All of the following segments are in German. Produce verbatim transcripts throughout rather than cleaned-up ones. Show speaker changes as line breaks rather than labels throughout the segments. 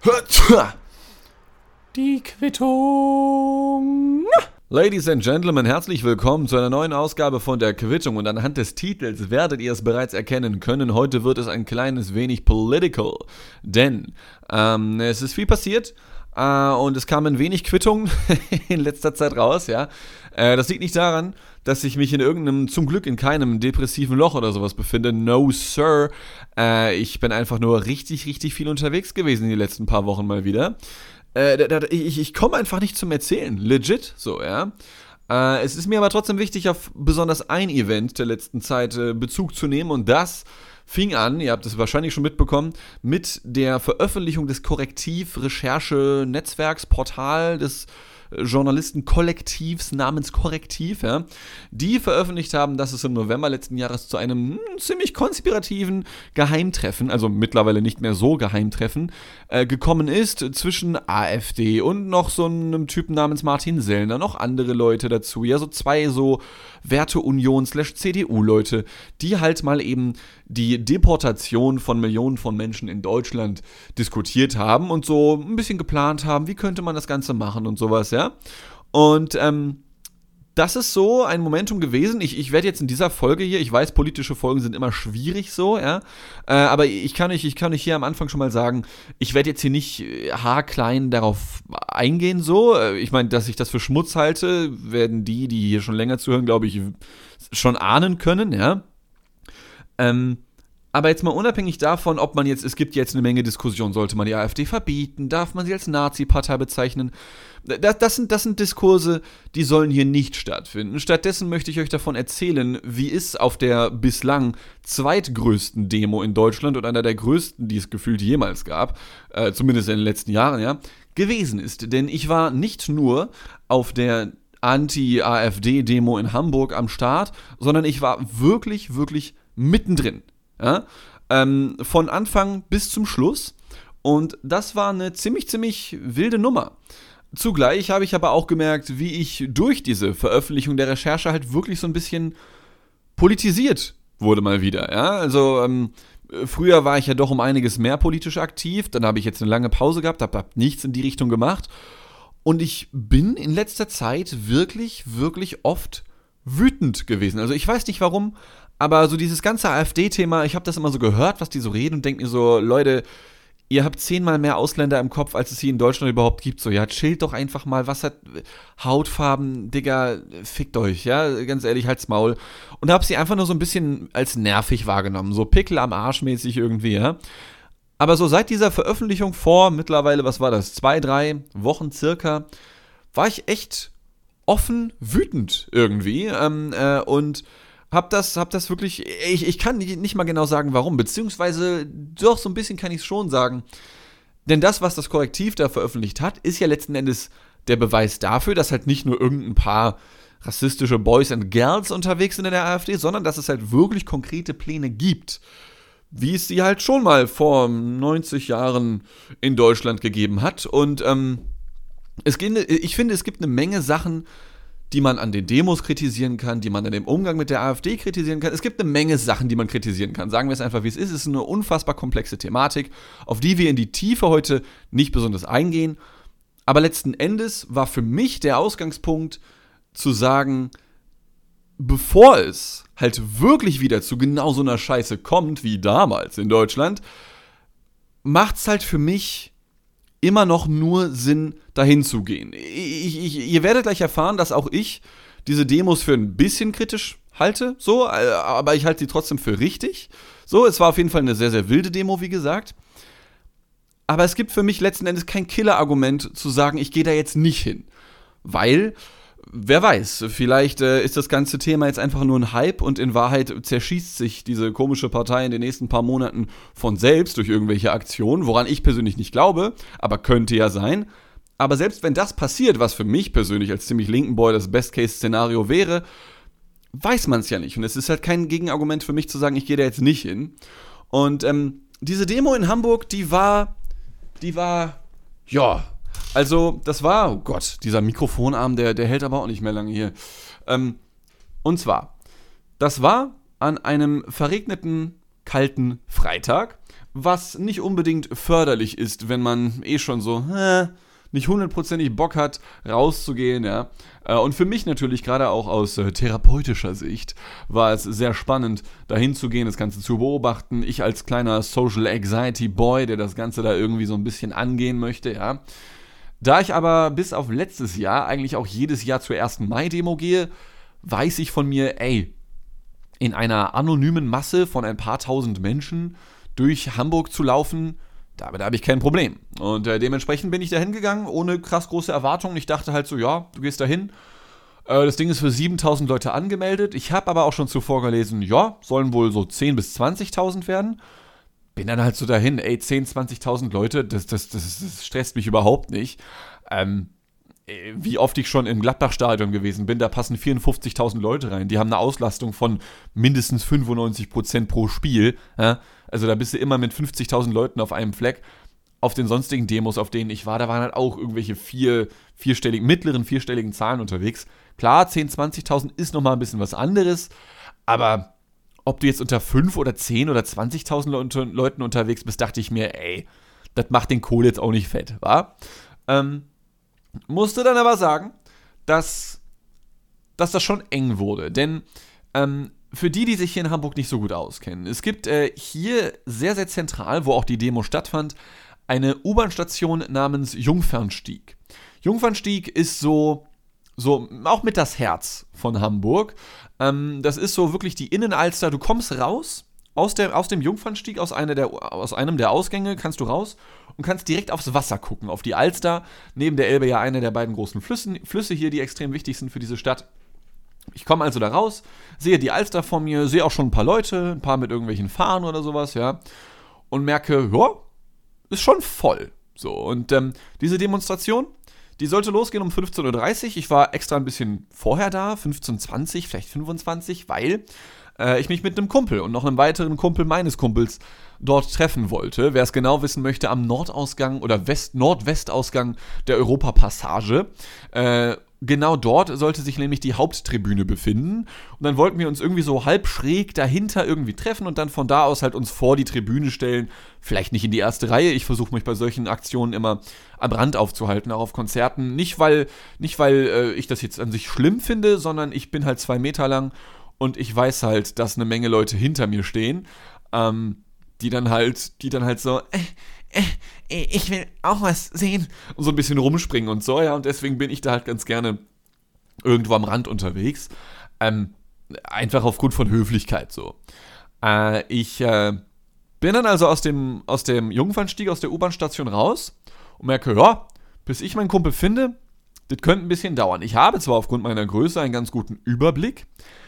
Die Quittung.
Ladies and Gentlemen, herzlich willkommen zu einer neuen Ausgabe von der Quittung und anhand des Titels werdet ihr es bereits erkennen können. Heute wird es ein kleines wenig political, denn ähm, es ist viel passiert äh, und es kamen wenig Quittungen in letzter Zeit raus, ja. Äh, das liegt nicht daran, dass ich mich in irgendeinem, zum Glück in keinem depressiven Loch oder sowas befinde. No, sir. Äh, ich bin einfach nur richtig, richtig viel unterwegs gewesen in den letzten paar Wochen mal wieder. Äh, da, da, ich ich komme einfach nicht zum Erzählen. Legit, so, ja. Äh, es ist mir aber trotzdem wichtig, auf besonders ein Event der letzten Zeit äh, Bezug zu nehmen. Und das fing an, ihr habt es wahrscheinlich schon mitbekommen, mit der Veröffentlichung des Korrektiv-Recherche-Netzwerks-Portal des Journalistenkollektivs namens Korrektiv, ja, die veröffentlicht haben, dass es im November letzten Jahres zu einem mh, ziemlich konspirativen Geheimtreffen, also mittlerweile nicht mehr so Geheimtreffen, äh, gekommen ist zwischen AfD und noch so einem Typen namens Martin Sellner, noch andere Leute dazu, ja, so zwei so Werte-Union-slash-C D U-Leute, die halt mal eben die Deportation von Millionen von Menschen in Deutschland diskutiert haben und so ein bisschen geplant haben, wie könnte man das Ganze machen und sowas, ja. Und ähm, das ist so ein Momentum gewesen. Ich, ich werde jetzt in dieser Folge hier, ich weiß, politische Folgen sind immer schwierig so, ja, äh, aber ich kann euch, ich kann euch hier am Anfang schon mal sagen, ich werde jetzt hier nicht äh, haarklein darauf eingehen so. Äh, ich meine, dass ich das für Schmutz halte, werden die, die hier schon länger zuhören, glaube ich, schon ahnen können, ja. Ähm, aber jetzt mal unabhängig davon, ob man jetzt, es gibt jetzt eine Menge Diskussionen, sollte man die AfD verbieten, darf man sie als Nazi-Partei bezeichnen, das, das, sind, das sind Diskurse, die sollen hier nicht stattfinden. Stattdessen möchte ich euch davon erzählen, wie es auf der bislang zweitgrößten Demo in Deutschland und einer der größten, die es gefühlt jemals gab, äh, zumindest in den letzten Jahren, ja, gewesen ist. Denn ich war nicht nur auf der Anti-AfD-Demo in Hamburg am Start, sondern ich war wirklich, wirklich mittendrin. Ja? Ähm, von Anfang bis zum Schluss. Und das war eine ziemlich, ziemlich wilde Nummer. Zugleich habe ich aber auch gemerkt, wie ich durch diese Veröffentlichung der Recherche halt wirklich so ein bisschen politisiert wurde mal wieder. Ja? Also ähm, früher war ich ja doch um einiges mehr politisch aktiv. Dann habe ich jetzt eine lange Pause gehabt, habe hab nichts in die Richtung gemacht. Und ich bin in letzter Zeit wirklich, wirklich oft wütend gewesen. Also ich weiß nicht warum, aber so dieses ganze AfD-Thema, ich habe das immer so gehört, was die so reden und denke mir so, Leute, ihr habt zehnmal mehr Ausländer im Kopf, als es hier in Deutschland überhaupt gibt. So, ja, chillt doch einfach mal, was hat Hautfarben, Digga, fickt euch, ja, ganz ehrlich, halt's Maul. Und hab sie einfach nur so ein bisschen als nervig wahrgenommen, so Pickel am Arsch mäßig irgendwie, ja. Aber so seit dieser Veröffentlichung vor mittlerweile, was war das, zwei, drei Wochen circa, war ich echt offen wütend irgendwie ähm, äh, und hab das, hab das wirklich, ich, ich kann nicht, nicht mal genau sagen, warum, beziehungsweise doch so ein bisschen kann ich es schon sagen, denn das, was das Korrektiv da veröffentlicht hat, ist ja letzten Endes der Beweis dafür, dass halt nicht nur irgendein paar rassistische Boys and Girls unterwegs sind in der AfD, sondern dass es halt wirklich konkrete Pläne gibt, wie es sie halt schon mal vor neunzig Jahren in Deutschland gegeben hat. Und ähm, es geht, ich finde, es gibt eine Menge Sachen, die man an den Demos kritisieren kann, die man an dem Umgang mit der AfD kritisieren kann. Es gibt eine Menge Sachen, die man kritisieren kann. Sagen wir es einfach, wie es ist. Es ist eine unfassbar komplexe Thematik, auf die wir in die Tiefe heute nicht besonders eingehen. Aber letzten Endes war für mich der Ausgangspunkt zu sagen, bevor es halt wirklich wieder zu genau so einer Scheiße kommt, wie damals in Deutschland, macht's halt für mich immer noch nur Sinn, dahin zu gehen. Ich, ich, ihr werdet gleich erfahren, dass auch ich diese Demos für ein bisschen kritisch halte, so, aber ich halte sie trotzdem für richtig. So, es war auf jeden Fall eine sehr, sehr wilde Demo, wie gesagt. Aber es gibt für mich letzten Endes kein Killer-Argument zu sagen, ich gehe da jetzt nicht hin. Weil, wer weiß, vielleicht äh, ist das ganze Thema jetzt einfach nur ein Hype und in Wahrheit zerschießt sich diese komische Partei in den nächsten paar Monaten von selbst durch irgendwelche Aktionen, woran ich persönlich nicht glaube, aber könnte ja sein. Aber selbst wenn das passiert, was für mich persönlich als ziemlich linken Boy das Best-Case-Szenario wäre, weiß man es ja nicht. Und es ist halt kein Gegenargument für mich zu sagen, ich gehe da jetzt nicht hin. Und ähm, diese Demo in Hamburg, die war, die war, ja, also das war, oh Gott, dieser Mikrofonarm, der, der hält aber auch nicht mehr lange hier. Ähm, und zwar, das war an einem verregneten kalten Freitag, was nicht unbedingt förderlich ist, wenn man eh schon so äh, nicht hundertprozentig Bock hat, rauszugehen, ja. Und für mich natürlich, gerade auch aus äh, therapeutischer Sicht, war es sehr spannend, dahin zu gehen, das Ganze zu beobachten. Ich als kleiner Social Anxiety Boy, der das Ganze da irgendwie so ein bisschen angehen möchte, ja. Da ich aber bis auf letztes Jahr eigentlich auch jedes Jahr zur ersten Mai-Demo gehe, weiß ich von mir, ey, in einer anonymen Masse von ein paar tausend Menschen durch Hamburg zu laufen, damit habe ich kein Problem. Und äh, dementsprechend bin ich da hingegangen, ohne krass große Erwartungen. Ich dachte halt so, ja, du gehst da hin. Äh, das Ding ist für siebentausend Leute angemeldet. Ich habe aber auch schon zuvor gelesen, ja, sollen wohl so zehntausend bis zwanzigtausend werden. Bin dann halt so dahin, ey, zehntausend, zwanzigtausend Leute, das, das, das, das stresst mich überhaupt nicht. Ähm, wie oft ich schon im Gladbach-Stadion gewesen bin, da passen vierundfünfzigtausend Leute rein. Die haben eine Auslastung von mindestens fünfundneunzig Prozent pro Spiel. Ja? Also da bist du immer mit fünfzigtausend Leuten auf einem Fleck. Auf den sonstigen Demos, auf denen ich war, da waren halt auch irgendwelche vier, vierstelligen, mittleren vierstelligen Zahlen unterwegs. Klar, zehntausend, zwanzigtausend ist nochmal ein bisschen was anderes, aber ob du jetzt unter fünf oder zehn oder zwanzigtausend Le- Leuten unterwegs bist, dachte ich mir, ey, das macht den Kohl jetzt auch nicht fett, wa? Ähm, musste dann aber sagen, dass, dass das schon eng wurde, denn ähm, für die, die sich hier in Hamburg nicht so gut auskennen, es gibt äh, hier sehr, sehr zentral, wo auch die Demo stattfand, eine U-Bahn-Station namens Jungfernstieg. Jungfernstieg ist so, so auch mit das Herz von Hamburg. Ähm, das ist so wirklich die Innenalster. Du kommst raus aus, der, aus dem Jungfernstieg, aus, einer der, aus einem der Ausgänge, kannst du raus und kannst direkt aufs Wasser gucken, auf die Alster. Neben der Elbe ja einer der beiden großen Flüssen, Flüsse hier, die extrem wichtig sind für diese Stadt. Ich komme also da raus, sehe die Alster vor mir, sehe auch schon ein paar Leute, ein paar mit irgendwelchen Fahnen oder sowas, ja, und merke, ja, ist schon voll. So, und ähm, diese Demonstration, die sollte losgehen um fünfzehn Uhr dreißig. Ich war extra ein bisschen vorher da, fünfzehn Uhr zwanzig, vielleicht fünfundzwanzig, weil äh, ich mich mit einem Kumpel und noch einem weiteren Kumpel meines Kumpels dort treffen wollte. Wer es genau wissen möchte, am Nordausgang oder West- Nordwestausgang der Europapassage. Äh, Genau dort sollte sich nämlich die Haupttribüne befinden und dann wollten wir uns irgendwie so halb schräg dahinter irgendwie treffen und dann von da aus halt uns vor die Tribüne stellen, vielleicht nicht in die erste Reihe, ich versuche mich bei solchen Aktionen immer am Rand aufzuhalten, auch auf Konzerten, nicht weil, nicht weil äh, ich das jetzt an sich schlimm finde, sondern ich bin halt zwei Meter lang und ich weiß halt, dass eine Menge Leute hinter mir stehen, ähm, die dann halt, die dann halt so, äh, äh, ich will auch was sehen und so ein bisschen rumspringen und so, ja, und deswegen bin ich da halt ganz gerne irgendwo am Rand unterwegs, ähm, einfach aufgrund von Höflichkeit so. Äh, ich äh, bin dann also aus dem, aus dem Jungfernstieg, aus der U-Bahn-Station raus und merke, ja, bis ich meinen Kumpel finde, das könnte ein bisschen dauern. Ich habe zwar aufgrund meiner Größe einen ganz guten Überblick,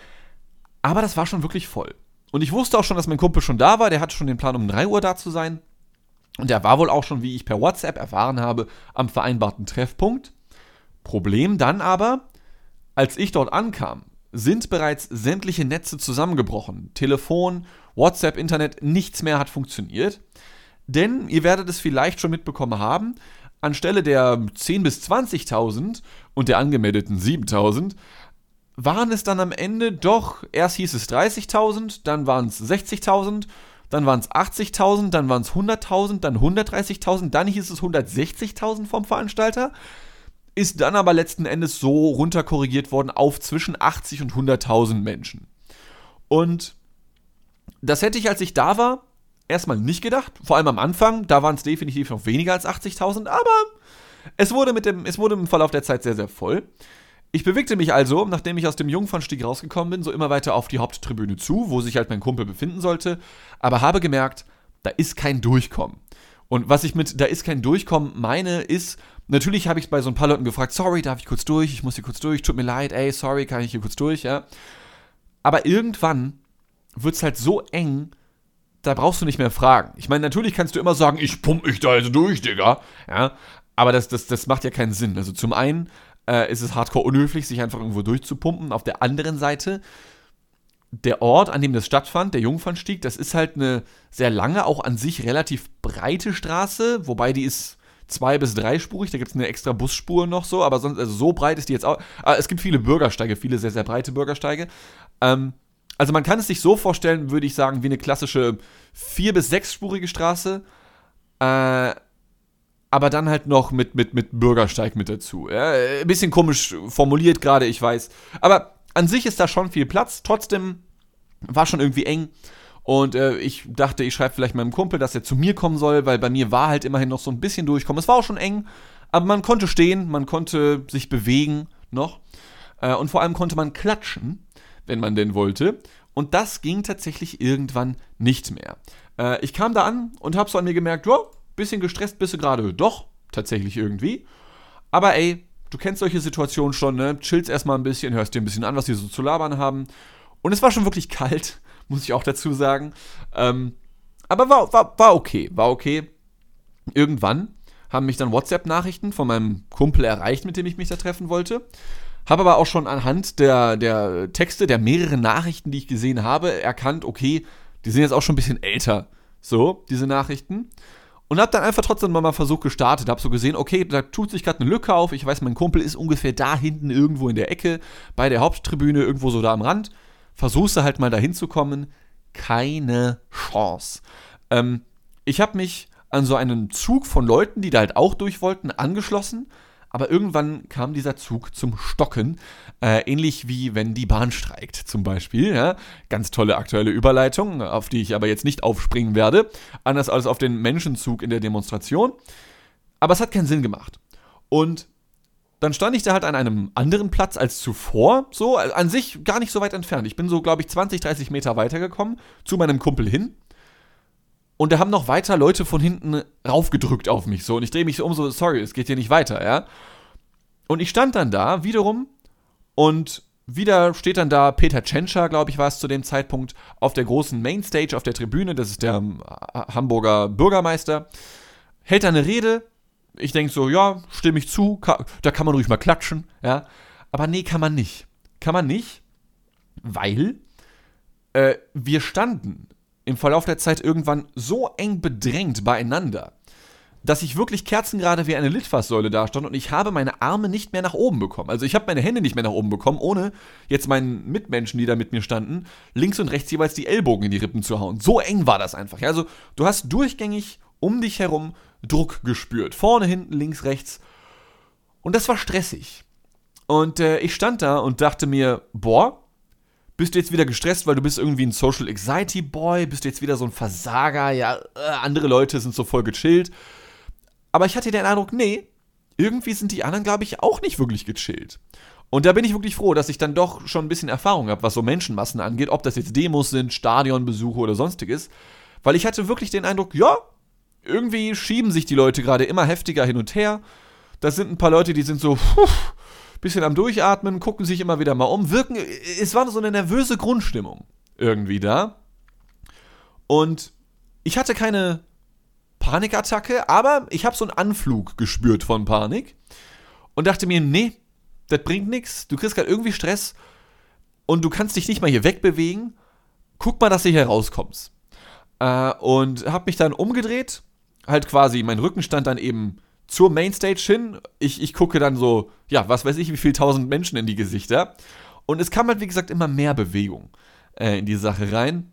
aber das war schon wirklich voll. Und ich wusste auch schon, dass mein Kumpel schon da war, der hatte schon den Plan, um drei Uhr da zu sein. Und der war wohl auch schon, wie ich per WhatsApp erfahren habe, am vereinbarten Treffpunkt. Problem dann aber, als ich dort ankam, sind bereits sämtliche Netze zusammengebrochen. Telefon, WhatsApp, Internet, nichts mehr hat funktioniert. Denn, ihr werdet es vielleicht schon mitbekommen haben, anstelle der zehntausend bis zwanzigtausend und der angemeldeten siebentausend waren es dann am Ende doch, erst hieß es dreißigtausend, dann waren es sechzigtausend, dann waren es achtzigtausend, dann waren es hunderttausend, dann hundertdreißigtausend, dann hieß es hundertsechzigtausend vom Veranstalter, ist dann aber letzten Endes so runterkorrigiert worden auf zwischen achtzig und hunderttausend Menschen. Und das hätte ich, als ich da war, erstmal nicht gedacht, vor allem am Anfang, da waren es definitiv noch weniger als achtzigtausend, aber es wurde, mit dem, es wurde im Verlauf der Zeit sehr, sehr voll. Ich bewegte mich also, nachdem ich aus dem Jungfernstieg rausgekommen bin, so immer weiter auf die Haupttribüne zu, wo sich halt mein Kumpel befinden sollte, aber habe gemerkt, da ist kein Durchkommen. Und was ich mit da ist kein Durchkommen meine, ist, natürlich habe ich bei so ein paar Leuten gefragt, sorry, darf ich kurz durch, ich muss hier kurz durch, tut mir leid, ey, sorry, kann ich hier kurz durch, ja. Aber irgendwann wird es halt so eng, da brauchst du nicht mehr fragen. Ich meine, natürlich kannst du immer sagen, ich pump mich da jetzt durch, Digga, ja, aber das, das, das macht ja keinen Sinn. Also zum einen äh, ist es hardcore unhöflich, sich einfach irgendwo durchzupumpen. Auf der anderen Seite, der Ort, an dem das stattfand, der Jungfernstieg, das ist halt eine sehr lange, auch an sich relativ breite Straße, wobei die ist zwei- bis dreispurig, da gibt es eine extra Busspur noch so, aber sonst, also so breit ist die jetzt auch. Äh, es gibt viele Bürgersteige, viele sehr, sehr breite Bürgersteige. Ähm, Also man kann es sich so vorstellen, würde ich sagen, wie eine klassische vier- bis sechsspurige Straße, äh, aber dann halt noch mit, mit, mit Bürgersteig mit dazu. Ja, ein bisschen komisch formuliert gerade, ich weiß. Aber an sich ist da schon viel Platz. Trotzdem war schon irgendwie eng. Und äh, ich dachte, ich schreibe vielleicht meinem Kumpel, dass er zu mir kommen soll, weil bei mir war halt immerhin noch so ein bisschen durchkommen. Es war auch schon eng, aber man konnte stehen, man konnte sich bewegen noch. Äh, und vor allem konnte man klatschen, wenn man denn wollte. Und das ging tatsächlich irgendwann nicht mehr. Äh, ich kam da an und habe so an mir gemerkt, ja, bisschen gestresst bist du gerade. Doch, tatsächlich irgendwie. Aber ey, du kennst solche Situationen schon, ne? Chillst erstmal ein bisschen, hörst dir ein bisschen an, was die so zu labern haben. Und es war schon wirklich kalt, muss ich auch dazu sagen. Ähm, aber war, war, war okay, war okay. Irgendwann haben mich dann WhatsApp-Nachrichten von meinem Kumpel erreicht, mit dem ich mich da treffen wollte. Habe aber auch schon anhand der, der Texte, der mehreren Nachrichten, die ich gesehen habe, erkannt, okay, die sind jetzt auch schon ein bisschen älter, so, diese Nachrichten. Und habe dann einfach trotzdem mal Versuch gestartet, habe so gesehen, okay, da tut sich gerade eine Lücke auf. Ich weiß, mein Kumpel ist ungefähr da hinten irgendwo in der Ecke, bei der Haupttribüne, irgendwo so da am Rand. Versuchst du halt mal da hinzukommen. Keine Chance. Ähm, ich habe mich an so einen Zug von Leuten, die da halt auch durch wollten, angeschlossen. Aber irgendwann kam dieser Zug zum Stocken. Äh, ähnlich wie wenn die Bahn streikt zum Beispiel. Ja? Ganz tolle aktuelle Überleitung, auf die ich aber jetzt nicht aufspringen werde. Anders als auf den Menschenzug in der Demonstration. Aber es hat keinen Sinn gemacht. Und dann stand ich da halt an einem anderen Platz als zuvor. So, an sich gar nicht so weit entfernt. Ich bin so, glaube ich, zwanzig, dreißig Meter weitergekommen zu meinem Kumpel hin. Und da haben noch weiter Leute von hinten raufgedrückt auf mich so. Und ich drehe mich so um, so, sorry, es geht hier nicht weiter, ja. Und ich stand dann da, wiederum, und wieder steht dann da Peter Tschentscher, glaube ich, war es zu dem Zeitpunkt, auf der großen Mainstage, auf der Tribüne, das ist der ähm, Hamburger Bürgermeister, hält da eine Rede. Ich denke so, ja, stimme ich zu, ka- da kann man ruhig mal klatschen, ja. Aber nee, kann man nicht. Kann man nicht, weil äh, wir standen im Verlauf der Zeit irgendwann so eng bedrängt beieinander, dass ich wirklich kerzengerade wie eine Litfaßsäule da stand und ich habe meine Arme nicht mehr nach oben bekommen. Also ich habe meine Hände nicht mehr nach oben bekommen, ohne jetzt meinen Mitmenschen, die da mit mir standen, links und rechts jeweils die Ellbogen in die Rippen zu hauen. So eng war das einfach. Ja, also du hast durchgängig um dich herum Druck gespürt. Vorne, hinten, links, rechts. Und das war stressig. Und äh, ich stand da und dachte mir, boah, bist du jetzt wieder gestresst, weil du bist irgendwie ein Social Anxiety Boy? Bist du jetzt wieder so ein Versager? Ja, äh, andere Leute sind so voll gechillt. Aber ich hatte den Eindruck, nee, irgendwie sind die anderen, glaube ich, auch nicht wirklich gechillt. Und da bin ich wirklich froh, dass ich dann doch schon ein bisschen Erfahrung habe, was so Menschenmassen angeht, ob das jetzt Demos sind, Stadionbesuche oder sonstiges. Weil ich hatte wirklich den Eindruck, ja, irgendwie schieben sich die Leute gerade immer heftiger hin und her. Da sind ein paar Leute, die sind so, puh, bisschen am Durchatmen, gucken sich immer wieder mal um, wirken, es war so eine nervöse Grundstimmung irgendwie da. Und ich hatte keine Panikattacke, aber ich habe so einen Anflug gespürt von Panik und dachte mir, nee, das bringt nichts, du kriegst gerade irgendwie Stress und du kannst dich nicht mal hier wegbewegen, guck mal, dass du hier rauskommst. Äh, und habe mich dann umgedreht, halt quasi, mein Rücken stand dann eben zur Mainstage hin. Ich, ich gucke dann so, ja, was weiß ich, wie viel tausend Menschen in die Gesichter. Und es kam halt, wie gesagt, immer mehr Bewegung äh, in die Sache rein.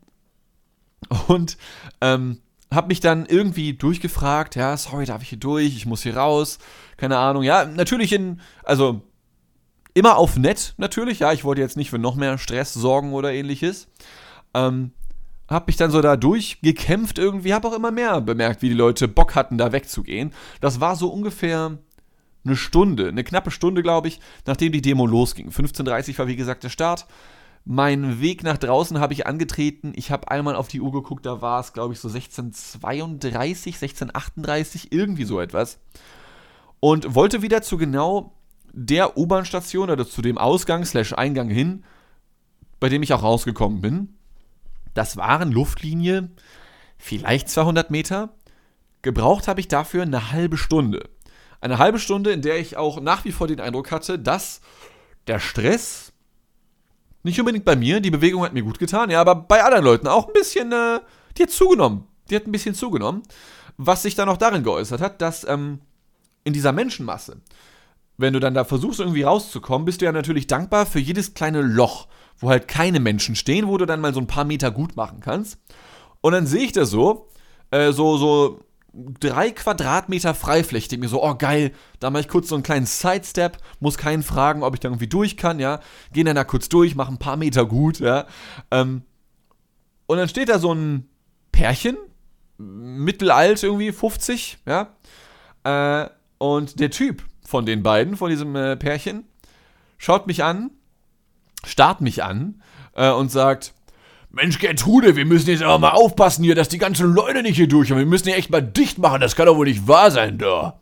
Und ähm, hab mich dann irgendwie durchgefragt, ja, sorry, darf ich hier durch? Ich muss hier raus. Keine Ahnung. Ja, natürlich in, also immer auf nett, natürlich. Ja, ich wollte jetzt nicht für noch mehr Stress sorgen oder ähnliches. Ähm, hab mich dann so da durchgekämpft irgendwie, hab auch immer mehr bemerkt, wie die Leute Bock hatten, da wegzugehen. Das war so ungefähr eine Stunde, eine knappe Stunde, glaube ich, nachdem die Demo losging. fünfzehn Uhr dreißig war, wie gesagt, der Start. Meinen Weg nach draußen habe ich angetreten. Ich habe einmal auf die Uhr geguckt, da war es, glaube ich, so sechzehn Uhr zweiunddreißig, sechzehn Uhr achtunddreißig, irgendwie so etwas. Und wollte wieder zu genau der U-Bahn-Station oder zu dem Ausgang slash Eingang hin, bei dem ich auch rausgekommen bin. Das waren Luftlinie vielleicht zweihundert Meter. Gebraucht habe ich dafür eine halbe Stunde. Eine halbe Stunde, in der ich auch nach wie vor den Eindruck hatte, dass der Stress, nicht unbedingt bei mir, die Bewegung hat mir gut getan, ja, aber bei anderen Leuten auch ein bisschen, äh, die hat zugenommen. Die hat ein bisschen zugenommen. Was sich dann auch darin geäußert hat, dass ähm, in dieser Menschenmasse, wenn du dann da versuchst, irgendwie rauszukommen, bist du ja natürlich dankbar für jedes kleine Loch, wo halt keine Menschen stehen, wo du dann mal so ein paar Meter gut machen kannst. Und dann sehe ich da so, äh, so, so drei Quadratmeter Freifläche. Ich mir so, oh geil, da mache ich kurz so einen kleinen Sidestep, muss keinen fragen, ob ich da irgendwie durch kann, ja. Geh dann da kurz durch, mach ein paar Meter gut, ja. Ähm, und dann steht da so ein Pärchen, mittelalt irgendwie, fünfzig, ja. Äh, und der Typ von den beiden, von diesem äh, Pärchen, schaut mich an, starrt mich an äh, und sagt, Mensch, Gertrude, wir müssen jetzt aber mal aufpassen hier, dass die ganzen Leute nicht hier durch haben. Wir müssen hier echt mal dicht machen, das kann doch wohl nicht wahr sein, da.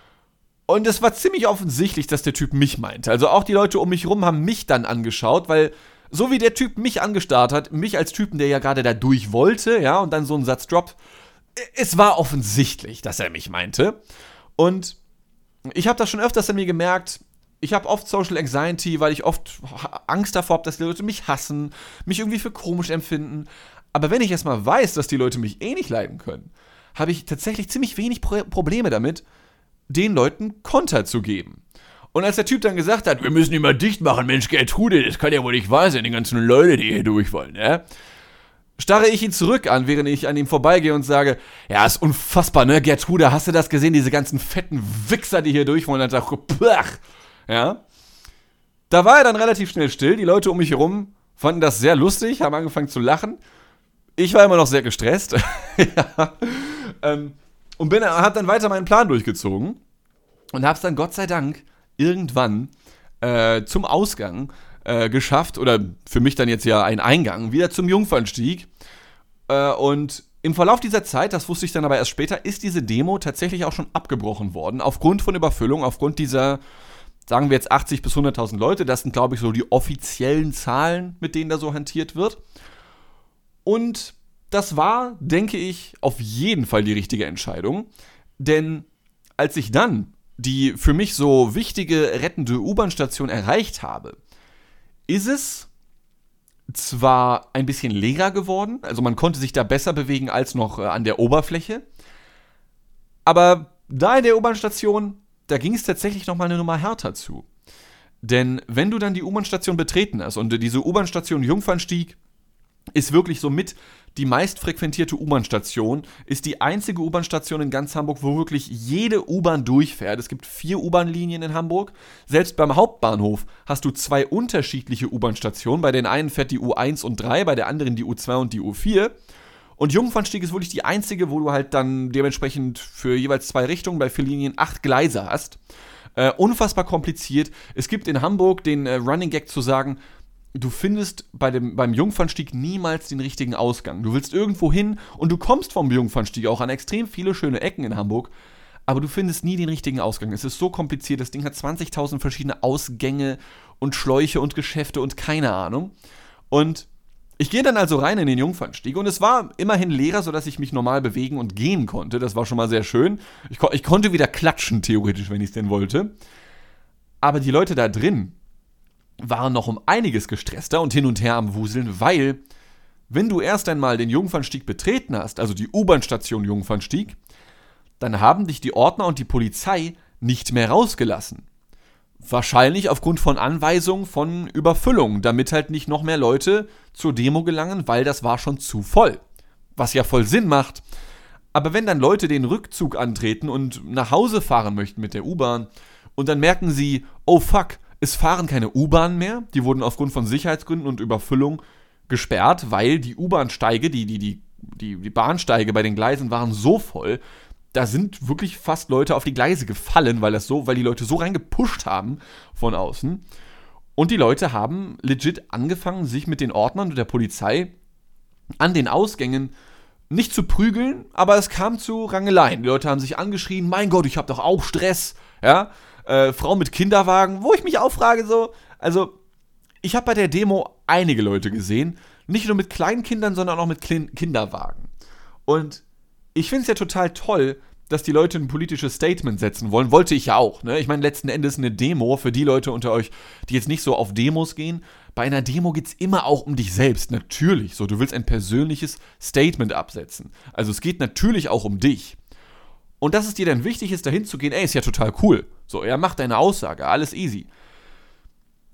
Und es war ziemlich offensichtlich, dass der Typ mich meinte. Also auch die Leute um mich rum haben mich dann angeschaut, weil so wie der Typ mich angestarrt hat, mich als Typen, der ja gerade da durch wollte, ja, und dann so einen Satz droppt, es war offensichtlich, dass er mich meinte. Und ich habe das schon öfters an mir gemerkt. Ich habe oft Social Anxiety, weil ich oft Angst davor habe, dass die Leute mich hassen, mich irgendwie für komisch empfinden. Aber wenn ich erstmal weiß, dass die Leute mich eh nicht leiden können, habe ich tatsächlich ziemlich wenig Pro- Probleme damit, den Leuten Konter zu geben. Und als der Typ dann gesagt hat, wir müssen ihn mal dicht machen, Mensch, Gertrude, das kann ja wohl nicht wahr sein, die ganzen Leute, die hier durch wollen, ne? Starre ich ihn zurück an, während ich an ihm vorbeigehe und sage, ja, ist unfassbar, ne, Gertrude, hast du das gesehen, diese ganzen fetten Wichser, die hier durch wollen? Und dann dachte ich, pach, ja. Da war er dann relativ schnell still, die Leute um mich herum fanden das sehr lustig, haben angefangen zu lachen. Ich war immer noch sehr gestresst. ja. ähm, und bin, hab dann weiter meinen Plan durchgezogen und hab's dann Gott sei Dank irgendwann äh, zum Ausgang äh, geschafft, oder für mich dann jetzt ja ein Eingang, wieder zum Jungfernstieg. Äh, und im Verlauf dieser Zeit, das wusste ich dann aber erst später, ist diese Demo tatsächlich auch schon abgebrochen worden, aufgrund von Überfüllung, aufgrund dieser, sagen wir jetzt achtzig bis hunderttausend Leute, das sind, glaube ich, so die offiziellen Zahlen, mit denen da so hantiert wird. Und das war, denke ich, auf jeden Fall die richtige Entscheidung, denn als ich dann die für mich so wichtige rettende U-Bahn-Station erreicht habe, ist es zwar ein bisschen leerer geworden, also man konnte sich da besser bewegen als noch äh, an der Oberfläche, aber da in der U-Bahn-Station, da ging es tatsächlich nochmal eine Nummer härter zu. Denn wenn du dann die U-Bahn-Station betreten hast, und diese U-Bahn-Station Jungfernstieg ist wirklich so mit die meist frequentierte U-Bahn-Station, ist die einzige U-Bahn-Station in ganz Hamburg, wo wirklich jede U-Bahn durchfährt. Es gibt vier U-Bahn-Linien in Hamburg. Selbst beim Hauptbahnhof hast du zwei unterschiedliche U-Bahn-Stationen. Bei den einen fährt die U eins und drei, bei der anderen die U zwei und die U vier. Und Jungfernstieg ist wirklich die einzige, wo du halt dann dementsprechend für jeweils zwei Richtungen bei vier Linien acht Gleise hast. Äh, unfassbar kompliziert. Es gibt in Hamburg den äh, Running Gag zu sagen, du findest bei dem, beim Jungfernstieg niemals den richtigen Ausgang. Du willst irgendwo hin und du kommst vom Jungfernstieg auch an extrem viele schöne Ecken in Hamburg, aber du findest nie den richtigen Ausgang. Es ist so kompliziert, das Ding hat zwanzigtausend verschiedene Ausgänge und Schläuche und Geschäfte und keine Ahnung. Und ich gehe dann also rein in den Jungfernstieg und es war immerhin leerer, sodass ich mich normal bewegen und gehen konnte. Das war schon mal sehr schön. Ich, ko- ich konnte wieder klatschen, theoretisch, wenn ich es denn wollte. Aber die Leute da drin waren noch um einiges gestresster und hin und her am Wuseln, weil, wenn du erst einmal den Jungfernstieg betreten hast, also die U-Bahn-Station Jungfernstieg, dann haben dich die Ordner und die Polizei nicht mehr rausgelassen. Wahrscheinlich aufgrund von Anweisungen von Überfüllung, damit halt nicht noch mehr Leute zur Demo gelangen, weil das war schon zu voll. Was ja voll Sinn macht. Aber wenn dann Leute den Rückzug antreten und nach Hause fahren möchten mit der U-Bahn und dann merken sie, oh fuck, es fahren keine U-Bahnen mehr, die wurden aufgrund von Sicherheitsgründen und Überfüllung gesperrt, weil die U-Bahn-Steige, die, die, die, die, die Bahnsteige bei den Gleisen waren so voll, da sind wirklich fast Leute auf die Gleise gefallen, weil das so, weil die Leute so reingepusht haben von außen. Und die Leute haben legit angefangen, sich mit den Ordnern und der Polizei an den Ausgängen nicht zu prügeln, aber es kam zu Rangeleien. Die Leute haben sich angeschrien, mein Gott, ich hab doch auch Stress, ja, Äh, Frau mit Kinderwagen, wo ich mich auch frage so, also ich habe bei der Demo einige Leute gesehen, nicht nur mit kleinen Kindern, sondern auch mit Klin- Kinderwagen. Und ich finde es ja total toll, dass die Leute ein politisches Statement setzen wollen, wollte ich ja auch, ne? Ich meine, letzten Endes eine Demo für die Leute unter euch, die jetzt nicht so auf Demos gehen. Bei einer Demo geht es immer auch um dich selbst, natürlich, so, du willst ein persönliches Statement absetzen. Also es geht natürlich auch um dich. Und dass es dir dann wichtig ist, dahin zu gehen, ey, ist ja total cool. So, er macht deine Aussage, alles easy.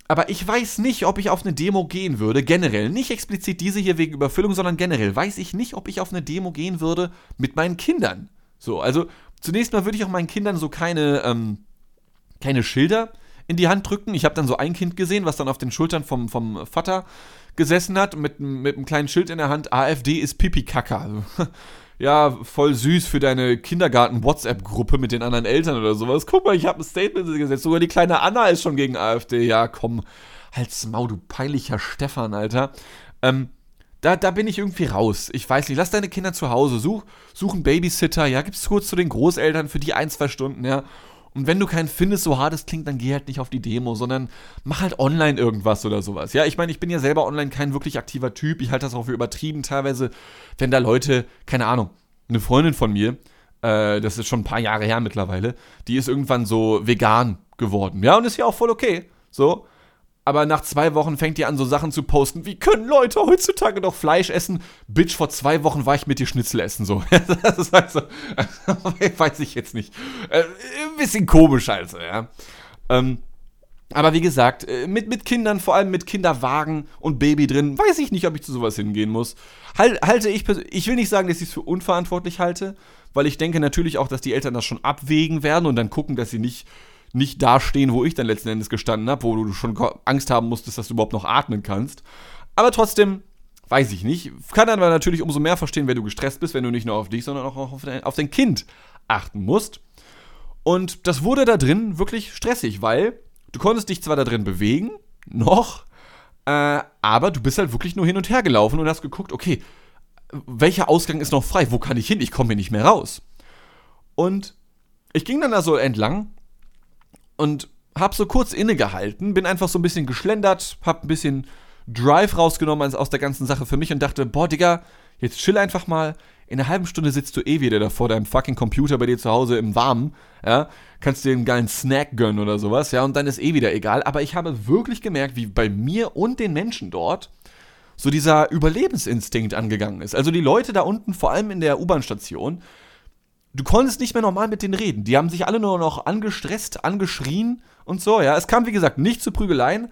Aber ich weiß nicht, ob ich auf eine Demo gehen würde, generell. Nicht explizit diese hier wegen Überfüllung, sondern generell. Weiß ich nicht, ob ich auf eine Demo gehen würde mit meinen Kindern. So, also zunächst mal würde ich auch meinen Kindern so keine, ähm, keine Schilder in die Hand drücken. Ich habe dann so ein Kind gesehen, was dann auf den Schultern vom, vom Vater gesessen hat, mit, mit einem kleinen Schild in der Hand, AfD ist Pipi-Kaka. Also, ja, voll süß für deine Kindergarten-WhatsApp-Gruppe mit den anderen Eltern oder sowas. Guck mal, ich habe ein Statement gesetzt. Sogar die kleine Anna ist schon gegen AfD. Ja, komm, halt's Maul, du peinlicher Stefan, Alter. Ähm, da, da bin ich irgendwie raus. Ich weiß nicht, lass deine Kinder zu Hause. Such, such einen Babysitter, ja, gib's kurz zu den Großeltern für die ein, zwei Stunden, ja. Und wenn du keinen findest, so hart es klingt, dann geh halt nicht auf die Demo, sondern mach halt online irgendwas oder sowas. Ja, ich meine, ich bin ja selber online kein wirklich aktiver Typ. Ich halte das auch für übertrieben teilweise, wenn da Leute, keine Ahnung, eine Freundin von mir, äh, das ist schon ein paar Jahre her mittlerweile, die ist irgendwann so vegan geworden. Ja, und ist ja auch voll okay. So. Aber nach zwei Wochen fängt ihr an, so Sachen zu posten, wie können Leute heutzutage noch Fleisch essen? Bitch, vor zwei Wochen war ich mit dir Schnitzel essen, so. Das ist halt so, weiß ich jetzt nicht. Äh, ein bisschen komisch also, ja. Ähm, aber wie gesagt, mit, mit Kindern, vor allem mit Kinderwagen und Baby drin, weiß ich nicht, ob ich zu sowas hingehen muss. Halt, halte ich, ich will nicht sagen, dass ich es für unverantwortlich halte, weil ich denke natürlich auch, dass die Eltern das schon abwägen werden und dann gucken, dass sie nicht nicht dastehen, wo ich dann letzten Endes gestanden habe, wo du schon Angst haben musstest, dass du überhaupt noch atmen kannst. Aber trotzdem, weiß ich nicht. Kann aber natürlich umso mehr verstehen, wenn du gestresst bist, wenn du nicht nur auf dich, sondern auch auf dein, auf dein Kind achten musst. Und das wurde da drin wirklich stressig, weil du konntest dich zwar da drin bewegen, noch, äh, aber du bist halt wirklich nur hin und her gelaufen und hast geguckt, okay, welcher Ausgang ist noch frei? Wo kann ich hin? Ich komme hier nicht mehr raus. Und ich ging dann da so entlang und hab so kurz innegehalten, bin einfach so ein bisschen geschlendert, hab ein bisschen Drive rausgenommen aus der ganzen Sache für mich und dachte, boah, Digga, jetzt chill einfach mal, in einer halben Stunde sitzt du eh wieder da vor deinem fucking Computer bei dir zu Hause im Warmen, ja, kannst dir einen geilen Snack gönnen oder sowas, ja, und dann ist eh wieder egal, aber ich habe wirklich gemerkt, wie bei mir und den Menschen dort so dieser Überlebensinstinkt angegangen ist. Also die Leute da unten, vor allem in der U-Bahn-Station, du konntest nicht mehr normal mit denen reden. Die haben sich alle nur noch angestresst, angeschrien und so, ja. Es kam, wie gesagt, nicht zu Prügeleien,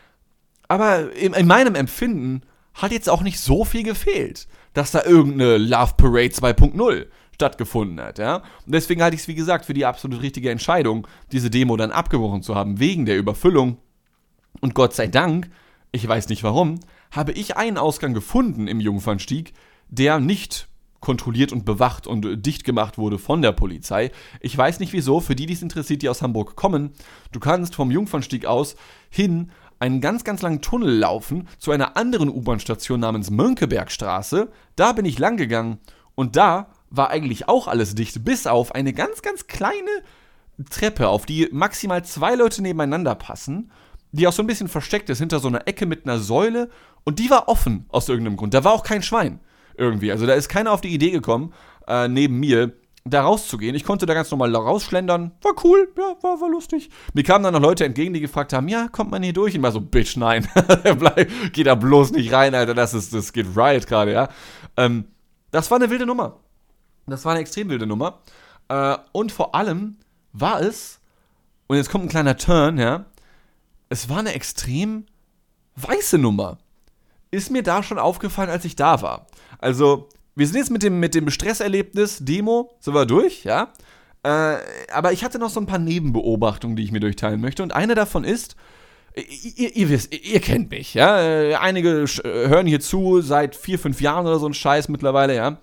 aber in, in meinem Empfinden hat jetzt auch nicht so viel gefehlt, dass da irgendeine Love Parade zwei Punkt null stattgefunden hat, ja. Und deswegen halte ich es, wie gesagt, für die absolut richtige Entscheidung, diese Demo dann abgebrochen zu haben, wegen der Überfüllung. Und Gott sei Dank, ich weiß nicht warum, habe ich einen Ausgang gefunden im Jungfernstieg, der nicht kontrolliert und bewacht und dicht gemacht wurde von der Polizei. Ich weiß nicht wieso, für die, die es interessiert, die aus Hamburg kommen, du kannst vom Jungfernstieg aus hin einen ganz, ganz langen Tunnel laufen zu einer anderen U-Bahn-Station namens Mönckebergstraße. Da bin ich lang gegangen und da war eigentlich auch alles dicht, bis auf eine ganz, ganz kleine Treppe, auf die maximal zwei Leute nebeneinander passen, die auch so ein bisschen versteckt ist hinter so einer Ecke mit einer Säule und die war offen aus irgendeinem Grund. Da war auch kein Schwein. Irgendwie. Also da ist keiner auf die Idee gekommen, äh, neben mir da rauszugehen. Ich konnte da ganz normal rausschlendern. War cool, ja, war, war lustig. Mir kamen dann noch Leute entgegen, die gefragt haben, ja, kommt man hier durch? Und ich war so, Bitch, nein. Bleib, geh da bloß nicht rein, Alter, das ist, das geht Riot gerade, ja. Ähm, das war eine wilde Nummer. Das war eine extrem wilde Nummer. Äh, und vor allem war es, und jetzt kommt ein kleiner Turn, ja, es war eine extrem weiße Nummer. Ist mir da schon aufgefallen, als ich da war. Also, wir sind jetzt mit dem, mit dem Stresserlebnis, Demo, sind wir durch, ja. Äh, aber ich hatte noch so ein paar Nebenbeobachtungen, die ich mir durchteilen möchte. Und eine davon ist, ihr, ihr wisst, ihr kennt mich, ja. Einige hören hier zu seit vier, fünf Jahren oder so ein Scheiß mittlerweile, ja.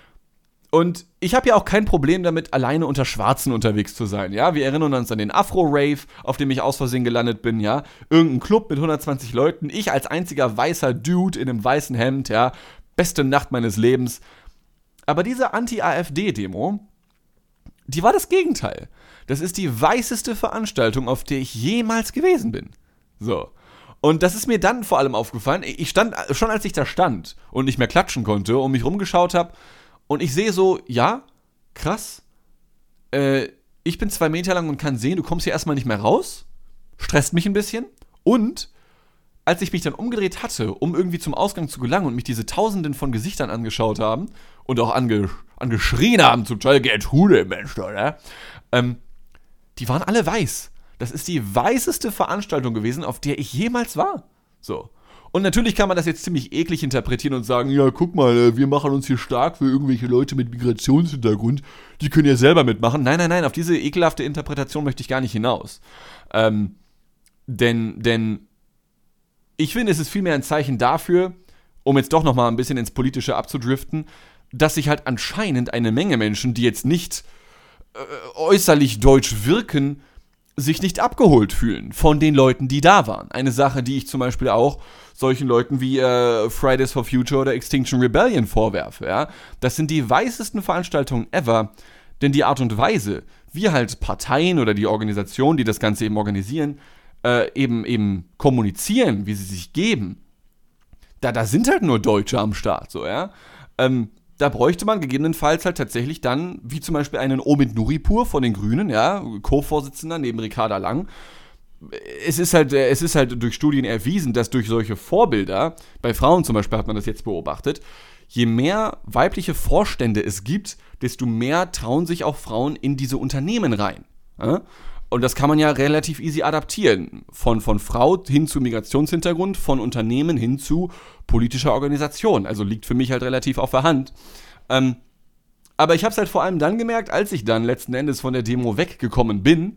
Und ich habe ja auch kein Problem damit, alleine unter Schwarzen unterwegs zu sein, ja. Wir erinnern uns an den Afro-Rave, auf dem ich aus Versehen gelandet bin, ja. Irgendein Club mit hundertzwanzig Leuten, ich als einziger weißer Dude in einem weißen Hemd, ja. Beste Nacht meines Lebens. Aber diese Anti-AfD-Demo, die war das Gegenteil. Das ist die weißeste Veranstaltung, auf der ich jemals gewesen bin. So. Und das ist mir dann vor allem aufgefallen. Ich stand, schon als ich da stand und nicht mehr klatschen konnte und mich rumgeschaut habe, und ich sehe so, ja, krass, äh, ich bin zwei Meter lang und kann sehen, du kommst hier erstmal nicht mehr raus, stresst mich ein bisschen. Und als ich mich dann umgedreht hatte, um irgendwie zum Ausgang zu gelangen und mich diese Tausenden von Gesichtern angeschaut haben und auch ange, angeschrien haben, zum Teil, geht Hude, Mensch, oder? Ähm, die waren alle weiß. das ist die weißeste Veranstaltung gewesen, auf der ich jemals war. So. Und natürlich kann man das jetzt ziemlich eklig interpretieren und sagen, ja, guck mal, wir machen uns hier stark für irgendwelche Leute mit Migrationshintergrund, die können ja selber mitmachen. Nein, nein, nein, auf diese ekelhafte Interpretation möchte ich gar nicht hinaus. Ähm, denn, denn ich finde, es ist vielmehr ein Zeichen dafür, um jetzt doch nochmal ein bisschen ins Politische abzudriften, dass sich halt anscheinend eine Menge Menschen, die jetzt nicht äh, äußerlich deutsch wirken, sich nicht abgeholt fühlen von den Leuten, die da waren. Eine Sache, die ich zum Beispiel auch solchen Leuten wie äh, Fridays for Future oder Extinction Rebellion vorwerfe. Ja? Das sind die weißesten Veranstaltungen ever, denn die Art und Weise, wie halt Parteien oder die Organisationen, die das Ganze eben organisieren, äh, eben, eben kommunizieren, wie sie sich geben, da, da sind halt nur Deutsche am Start, so, ja. Ähm, da bräuchte man gegebenenfalls halt tatsächlich dann, wie zum Beispiel einen Omid Nuripur von den Grünen, ja, Co-Vorsitzender neben Ricarda Lang. Es ist halt, es ist halt durch Studien erwiesen, dass durch solche Vorbilder, bei Frauen zum Beispiel hat man das jetzt beobachtet, je mehr weibliche Vorstände es gibt, desto mehr trauen sich auch Frauen in diese Unternehmen rein. Ja? Und das kann man ja relativ easy adaptieren. Von, von Frau hin zu Migrationshintergrund, von Unternehmen hin zu politischer Organisation. Also liegt für mich halt relativ auf der Hand. Ähm, aber ich habe es halt vor allem dann gemerkt, als ich dann letzten Endes von der Demo weggekommen bin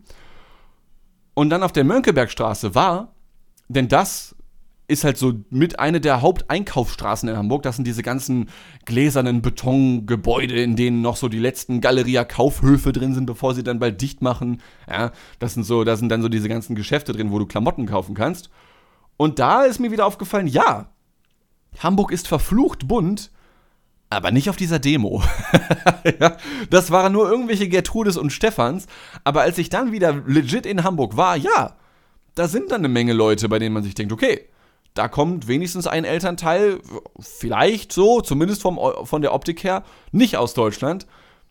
und dann auf der Mönckebergstraße war, denn das ist halt so mit einer der Haupteinkaufsstraßen in Hamburg. Das sind diese ganzen gläsernen Betongebäude, in denen noch so die letzten Galeria-Kaufhöfe drin sind, bevor sie dann bald dicht machen. Ja, das sind so, da sind dann so diese ganzen Geschäfte drin, wo du Klamotten kaufen kannst. Und da ist mir wieder aufgefallen, ja, Hamburg ist verflucht bunt, aber nicht auf dieser Demo. Ja, das waren nur irgendwelche Gertrudes und Stephans. Aber als ich dann wieder legit in Hamburg war, ja, da sind dann eine Menge Leute, bei denen man sich denkt, okay, da kommt wenigstens ein Elternteil, vielleicht so, zumindest vom, von der Optik her, nicht aus Deutschland.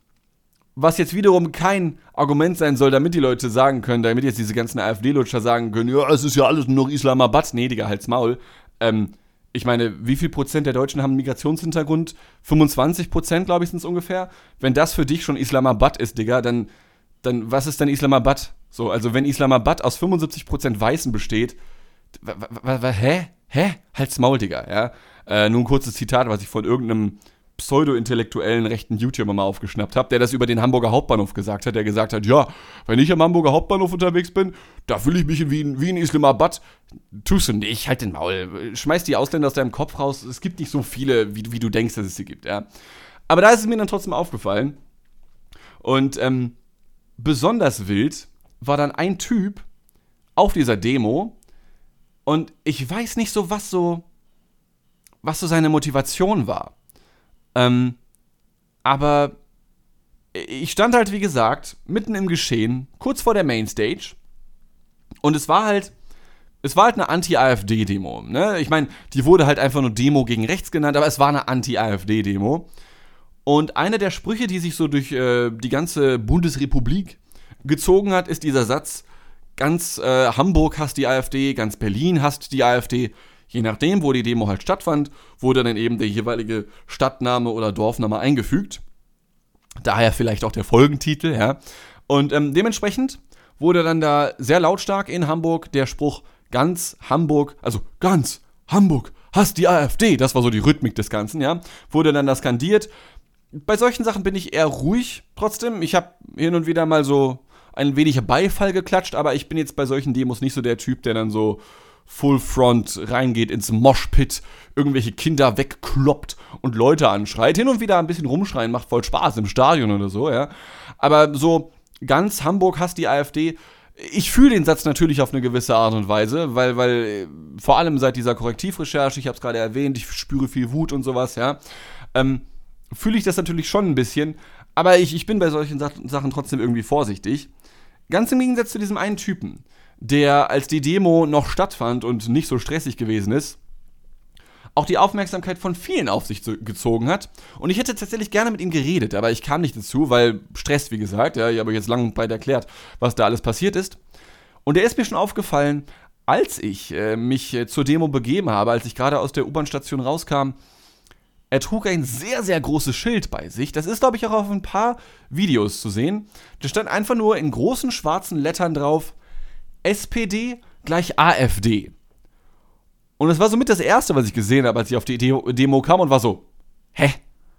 Was jetzt wiederum kein Argument sein soll, damit die Leute sagen können, damit jetzt diese ganzen AfD-Lutscher sagen können, ja, es ist ja alles nur noch Islamabad. Nee, Digga, halt's Maul. Ähm, ich meine, wie viel Prozent der Deutschen haben einen Migrationshintergrund? fünfundzwanzig Prozent, glaube ich, sind es ungefähr. Wenn das für dich schon Islamabad ist, Digga, dann, dann was ist denn Islamabad? So, also wenn Islamabad aus fünfundsiebzig Prozent Weißen besteht, w- w- w- hä? Hä? Halt's Maul, Digga, ja. Äh, nur ein kurzes Zitat, was ich von irgendeinem pseudo-intellektuellen rechten YouTuber mal aufgeschnappt habe, der das über den Hamburger Hauptbahnhof gesagt hat, der gesagt hat, ja, wenn ich am Hamburger Hauptbahnhof unterwegs bin, da fühle ich mich in Wien, wie in Islamabad. Tust du nicht, halt den Maul. Schmeiß die Ausländer aus deinem Kopf raus. Es gibt nicht so viele, wie, wie du denkst, dass es sie gibt, ja. Aber da ist es mir dann trotzdem aufgefallen. Und ähm, besonders wild war dann ein Typ auf dieser Demo und ich weiß nicht so, was so, was so seine Motivation war. Ähm, aber ich stand halt, wie gesagt, mitten im Geschehen, kurz vor der Mainstage und es war halt, es war halt eine Anti-AfD-Demo, ne? Ich meine, die wurde halt einfach nur Demo gegen rechts genannt, aber es war eine Anti-AfD-Demo und einer der Sprüche, die sich so durch äh, die ganze Bundesrepublik gezogen hat, ist dieser Satz, ganz äh, Hamburg hasst die AfD, ganz Berlin hasst die AfD. Je nachdem, wo die Demo halt stattfand, wurde dann eben der jeweilige Stadtname oder Dorfname eingefügt. Daher vielleicht auch der Folgentitel, ja. Und ähm, dementsprechend wurde dann da sehr lautstark in Hamburg der Spruch ganz Hamburg, also ganz Hamburg hasst die AfD, das war so die Rhythmik des Ganzen, ja, wurde dann da skandiert. Bei solchen Sachen bin ich eher ruhig trotzdem. Ich habe hin und wieder mal so ein wenig Beifall geklatscht, aber ich bin jetzt bei solchen Demos nicht so der Typ, der dann so Full Front reingeht ins Moshpit, irgendwelche Kinder wegkloppt und Leute anschreit. Hin und wieder ein bisschen rumschreien, macht voll Spaß im Stadion oder so, ja. Aber so ganz Hamburg hasst die AfD. Ich fühle den Satz natürlich auf eine gewisse Art und Weise, weil, weil vor allem seit dieser Korrektivrecherche, ich habe es gerade erwähnt, ich spüre viel Wut und sowas, ja, ähm, fühle ich das natürlich schon ein bisschen, aber ich, ich bin bei solchen Sachen trotzdem irgendwie vorsichtig. Ganz im Gegensatz zu diesem einen Typen, der, als die Demo noch stattfand und nicht so stressig gewesen ist, auch die Aufmerksamkeit von vielen auf sich zu, gezogen hat. Und ich hätte tatsächlich gerne mit ihm geredet, aber ich kam nicht dazu, weil Stress, wie gesagt, ja, ich habe jetzt lang und breit erklärt, was da alles passiert ist. Und er ist mir schon aufgefallen, als ich äh, mich äh, zur Demo begeben habe, als ich gerade aus der U-Bahn-Station rauskam. Er trug ein sehr, sehr großes Schild bei sich. Das ist, glaube ich, auch auf ein paar Videos zu sehen. Da stand einfach nur in großen schwarzen Lettern drauf: S P D gleich AfD. Und das war somit das Erste, was ich gesehen habe, als ich auf die Demo kam und war so, hä?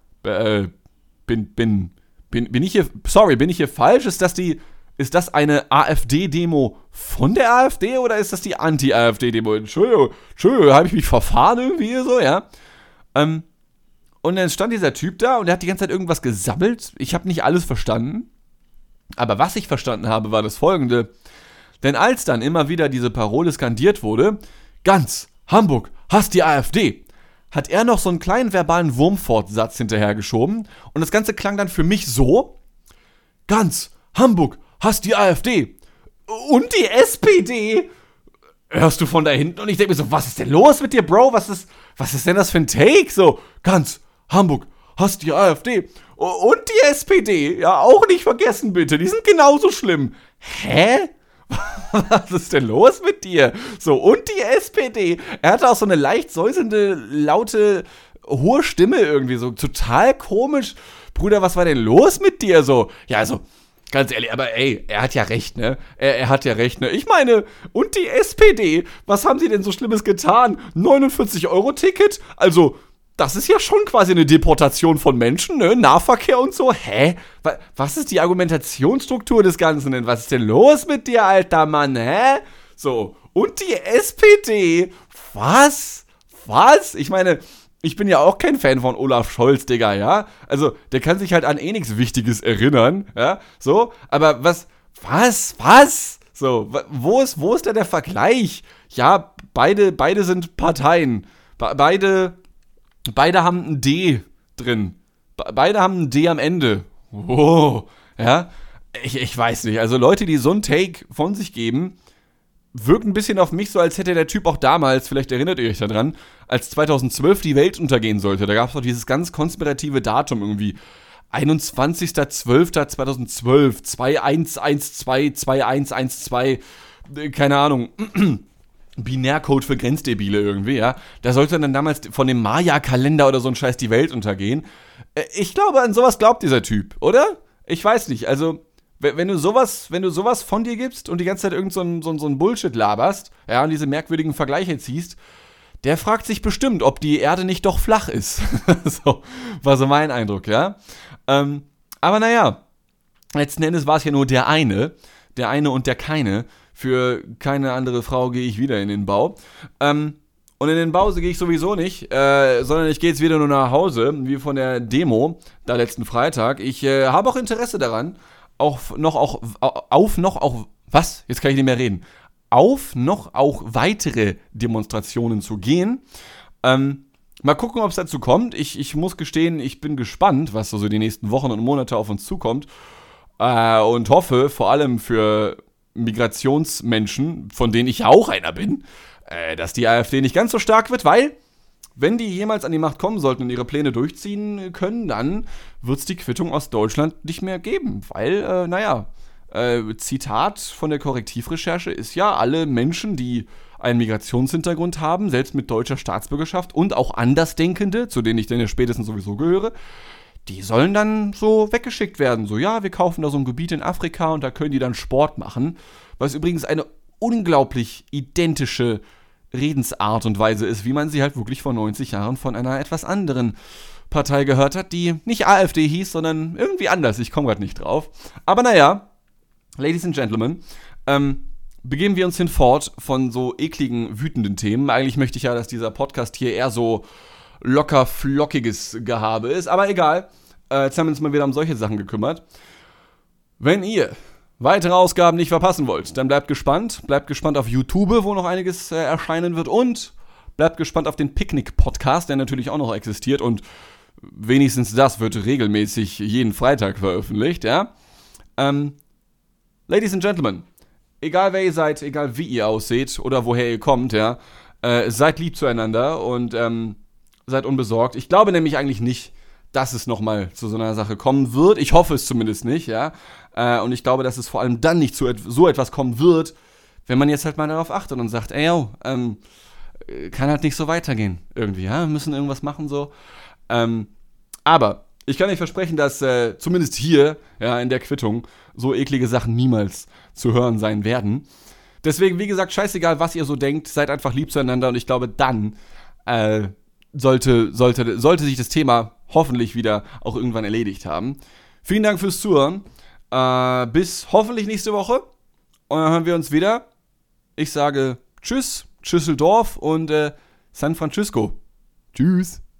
Äh, bin, bin, bin, bin ich hier, sorry, bin ich hier falsch? Ist das die, ist das eine AfD-Demo von der AfD oder ist das die Anti-AfD-Demo? Entschuldigung, Entschuldigung, habe ich mich verfahren irgendwie so, ja? Ähm, und dann stand dieser Typ da und der hat die ganze Zeit irgendwas gesammelt. Ich habe nicht alles verstanden. Aber was ich verstanden habe, war das Folgende. Denn als dann immer wieder diese Parole skandiert wurde, ganz Hamburg hasst die AfD, hat er noch so einen kleinen verbalen Wurmfortsatz hinterhergeschoben und das Ganze klang dann für mich so, ganz Hamburg hasst die AfD und die S P D, hörst du von da hinten und ich denke mir so, was ist denn los mit dir, Bro, was ist, was ist denn das für ein Take, so, ganz Hamburg hasst die AfD und die S P D, ja, auch nicht vergessen bitte, die sind genauso schlimm. Hä? Was ist denn los mit dir? So, und die S P D. Er hatte auch so eine leicht säuselnde, laute, hohe Stimme irgendwie, so total komisch. Bruder, was war denn los mit dir? So, ja, also, ganz ehrlich, aber ey, er hat ja recht, ne? Er, er hat ja recht, ne? Ich meine, und die S P D, was haben sie denn so Schlimmes getan? neunundvierzig Euro Ticket? Also, das ist ja schon quasi eine Deportation von Menschen, ne? Nahverkehr und so. Hä? Was ist die Argumentationsstruktur des Ganzen denn? Was ist denn los mit dir, alter Mann, hä? So, und die S P D? Was? Was? Ich meine, ich bin ja auch kein Fan von Olaf Scholz, Digga, ja? Also, der kann sich halt an eh nichts Wichtiges erinnern, ja? So, aber was? Was? Was? So, wo ist, wo ist da der Vergleich? Ja, beide, beide sind Parteien. Be- beide... Beide haben ein D drin. Be- beide haben ein D am Ende. Oh, ja. Ich, ich weiß nicht. Also Leute, die so einen Take von sich geben, wirken ein bisschen auf mich so, als hätte der Typ auch damals, vielleicht erinnert ihr euch daran, als zweitausendzwölf die Welt untergehen sollte. Da gab es doch dieses ganz konspirative Datum irgendwie. einundzwanzigster zwölfter zweitausendzwölf, zwei eins eins zwei, zwei eins eins zwei, keine Ahnung. Binärcode für Grenzdebile irgendwie, ja. Da sollte dann damals von dem Maya-Kalender oder so ein Scheiß die Welt untergehen. Ich glaube, an sowas glaubt dieser Typ, oder? Ich weiß nicht, also, wenn du sowas, wenn du sowas von dir gibst und die ganze Zeit irgend so ein, so ein, so ein Bullshit laberst, ja, und diese merkwürdigen Vergleiche ziehst, der fragt sich bestimmt, ob die Erde nicht doch flach ist. So, war so mein Eindruck, ja. Ähm, aber naja, letzten Endes war es ja nur der eine, der eine und der keine. Für keine andere Frau gehe ich wieder in den Bau. Ähm, und in den Bau gehe ich sowieso nicht, äh, sondern ich gehe jetzt wieder nur nach Hause, wie von der Demo, da letzten Freitag. Ich äh, habe auch Interesse daran, auch noch auch, auf noch auch, was? Jetzt kann ich nicht mehr reden. Auf noch auch weitere Demonstrationen zu gehen. Ähm, mal gucken, ob es dazu kommt. Ich, ich muss gestehen, ich bin gespannt, was so die nächsten Wochen und Monate auf uns zukommt. Äh, und hoffe, vor allem für Migrationsmenschen, von denen ich ja auch einer bin, äh, dass die AfD nicht ganz so stark wird, weil, wenn die jemals an die Macht kommen sollten und ihre Pläne durchziehen können, dann wird es die Quittung aus Deutschland nicht mehr geben, weil, äh, naja, äh, Zitat von der Korrektivrecherche ist ja, alle Menschen, die einen Migrationshintergrund haben, selbst mit deutscher Staatsbürgerschaft und auch Andersdenkende, zu denen ich dann ja spätestens sowieso gehöre, die sollen dann so weggeschickt werden. So, ja, wir kaufen da so ein Gebiet in Afrika und da können die dann Sport machen. Was übrigens eine unglaublich identische Redensart und Weise ist, wie man sie halt wirklich vor neunzig Jahren von einer etwas anderen Partei gehört hat, die nicht AfD hieß, sondern irgendwie anders. Ich komme gerade nicht drauf. Aber naja, Ladies and Gentlemen, ähm, begeben wir uns hinfort von so ekligen, wütenden Themen. Eigentlich möchte ich ja, dass dieser Podcast hier eher so locker flockiges Gehabe ist, aber egal. Äh, jetzt haben wir uns mal wieder um solche Sachen gekümmert. Wenn ihr weitere Ausgaben nicht verpassen wollt, dann bleibt gespannt. Bleibt gespannt auf YouTube, wo noch einiges äh, erscheinen wird, und bleibt gespannt auf den Picknick-Podcast, der natürlich auch noch existiert, und wenigstens das wird regelmäßig jeden Freitag veröffentlicht, ja. Ähm, Ladies and Gentlemen, egal wer ihr seid, egal wie ihr ausseht oder woher ihr kommt, ja, äh, seid lieb zueinander und ähm, seid unbesorgt. Ich glaube nämlich eigentlich nicht, dass es nochmal zu so einer Sache kommen wird. Ich hoffe es zumindest nicht, ja. Äh, und ich glaube, dass es vor allem dann nicht zu et- so etwas kommen wird, wenn man jetzt halt mal darauf achtet und sagt, ey, yo, ähm, kann halt nicht so weitergehen irgendwie, ja. Wir müssen irgendwas machen, so. Ähm, aber ich kann euch versprechen, dass äh, zumindest hier, ja, in der Quittung, so eklige Sachen niemals zu hören sein werden. Deswegen, wie gesagt, scheißegal, was ihr so denkt, seid einfach lieb zueinander und ich glaube, dann äh, sollte, sollte, sollte sich das Thema hoffentlich wieder auch irgendwann erledigt haben. Vielen Dank fürs Zuhören. Äh, bis hoffentlich nächste Woche. Und dann hören wir uns wieder. Ich sage Tschüss, Tschüsseldorf und äh, San Francisco. Tschüss.